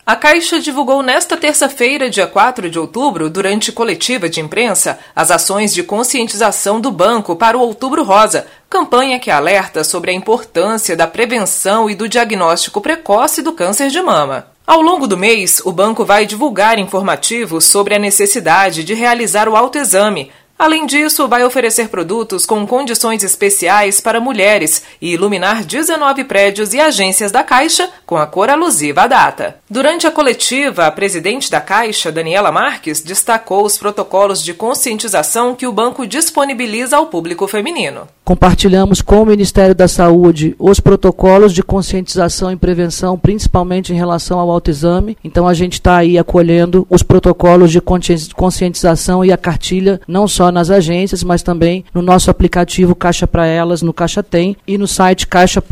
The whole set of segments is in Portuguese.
A Caixa divulgou nesta terça-feira, dia 4 de outubro, durante coletiva de imprensa, as ações de conscientização do banco para o Outubro Rosa, campanha que alerta sobre a importância da prevenção e do diagnóstico precoce do câncer de mama. Ao longo do mês, o banco vai divulgar informativos sobre a necessidade de realizar o autoexame. Além disso, vai oferecer produtos com condições especiais para mulheres e iluminar 19 prédios e agências da Caixa com a cor alusiva à data. Durante a coletiva, a presidente da Caixa, Daniela Marques, destacou os protocolos de conscientização que o banco disponibiliza ao público feminino. Compartilhamos com o Ministério da Saúde os protocolos de conscientização e prevenção, principalmente em relação ao autoexame. Então, a gente está aí acolhendo os protocolos de conscientização e a cartilha, não só nas agências, mas também no nosso aplicativo Caixa Pra Elas, no Caixa Tem, e no site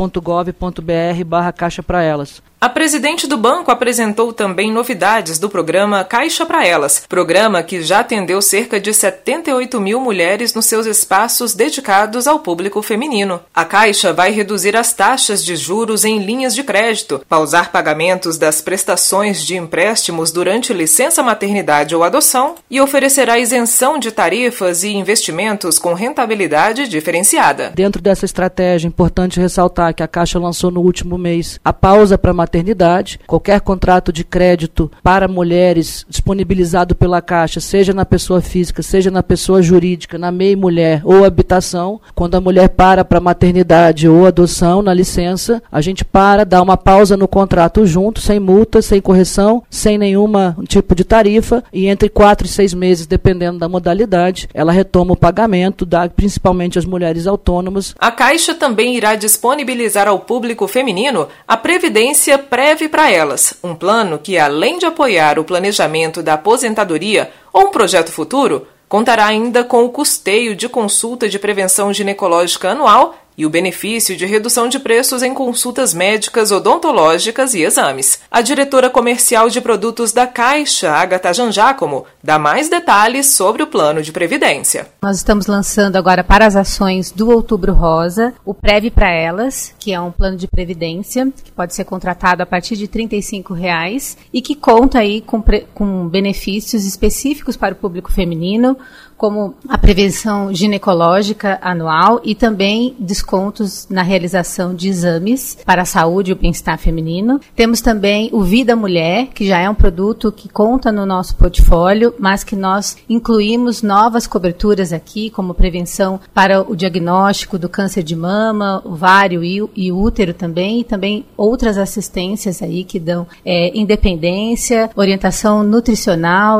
caixa.gov.br/Caixa Pra Elas. A presidente do banco apresentou também novidades do programa Caixa Pra Elas, programa que já atendeu cerca de 78 mil mulheres nos seus espaços dedicados ao público feminino. A Caixa vai reduzir as taxas de juros em linhas de crédito, pausar pagamentos das prestações de empréstimos durante licença maternidade ou adoção e oferecerá isenção de tarifas e investimentos com rentabilidade diferenciada. Dentro dessa estratégia, é importante ressaltar que a Caixa lançou no último mês a pausa para maternidade. Qualquer contrato de crédito para mulheres disponibilizado pela Caixa, seja na pessoa física, seja na pessoa jurídica, na MEI mulher ou habitação, quando a mulher para maternidade ou adoção, na licença, a gente dá uma pausa no contrato junto, sem multa, sem correção, sem nenhum tipo de tarifa, e entre 4 e 6 meses, dependendo da modalidade, ela retoma o pagamento, principalmente às mulheres autônomas. A Caixa também irá disponibilizar ao público feminino a Previdência Preve Pra Elas, um plano que, além de apoiar o planejamento da aposentadoria ou um projeto futuro, contará ainda com o custeio de consulta de prevenção ginecológica anual e o benefício de redução de preços em consultas médicas, odontológicas e exames. A diretora comercial de produtos da Caixa, Agatha Jangiacomo, dá mais detalhes sobre o plano de previdência. Nós estamos lançando agora para as ações do Outubro Rosa o Preve Pra Elas, que é um plano de previdência que pode ser contratado a partir de R$ 35,00 e que conta aí com benefícios específicos para o público feminino, como a prevenção ginecológica anual e também descontos na realização de exames para a saúde e o bem-estar feminino. Temos também o Vida Mulher, que já é um produto que conta no nosso portfólio, mas que nós incluímos novas coberturas aqui, como prevenção para o diagnóstico do câncer de mama, ovário e útero também, e também outras assistências aí que dão independência, orientação nutricional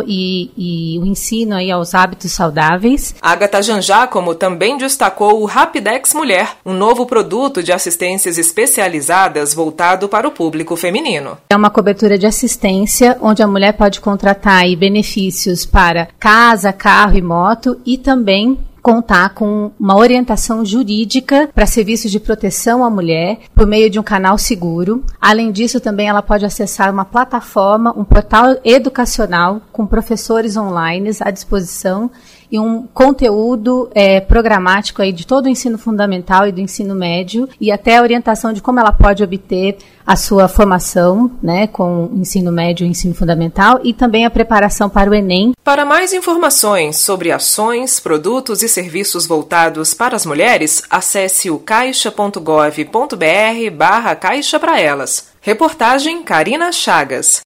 e o ensino aí aos hábitos saudáveis. Agatha Jangiacomo também destacou o Rapidex Mulher, um novo produto de assistências especializadas voltado para o público feminino. É uma cobertura de assistência onde a mulher pode contratar aí benefícios para casa, carro e moto e também contar com uma orientação jurídica para serviços de proteção à mulher por meio de um canal seguro. Além disso, também ela pode acessar uma plataforma, um portal educacional com professores online à disposição e um conteúdo programático aí de todo o ensino fundamental e do ensino médio e até a orientação de como ela pode obter a sua formação, né, com o ensino médio e o ensino fundamental e também a preparação para o Enem. Para mais informações sobre ações, produtos e serviços voltados para as mulheres, acesse o caixa.gov.br/Caixa Pra Elas. Reportagem Karina Chagas.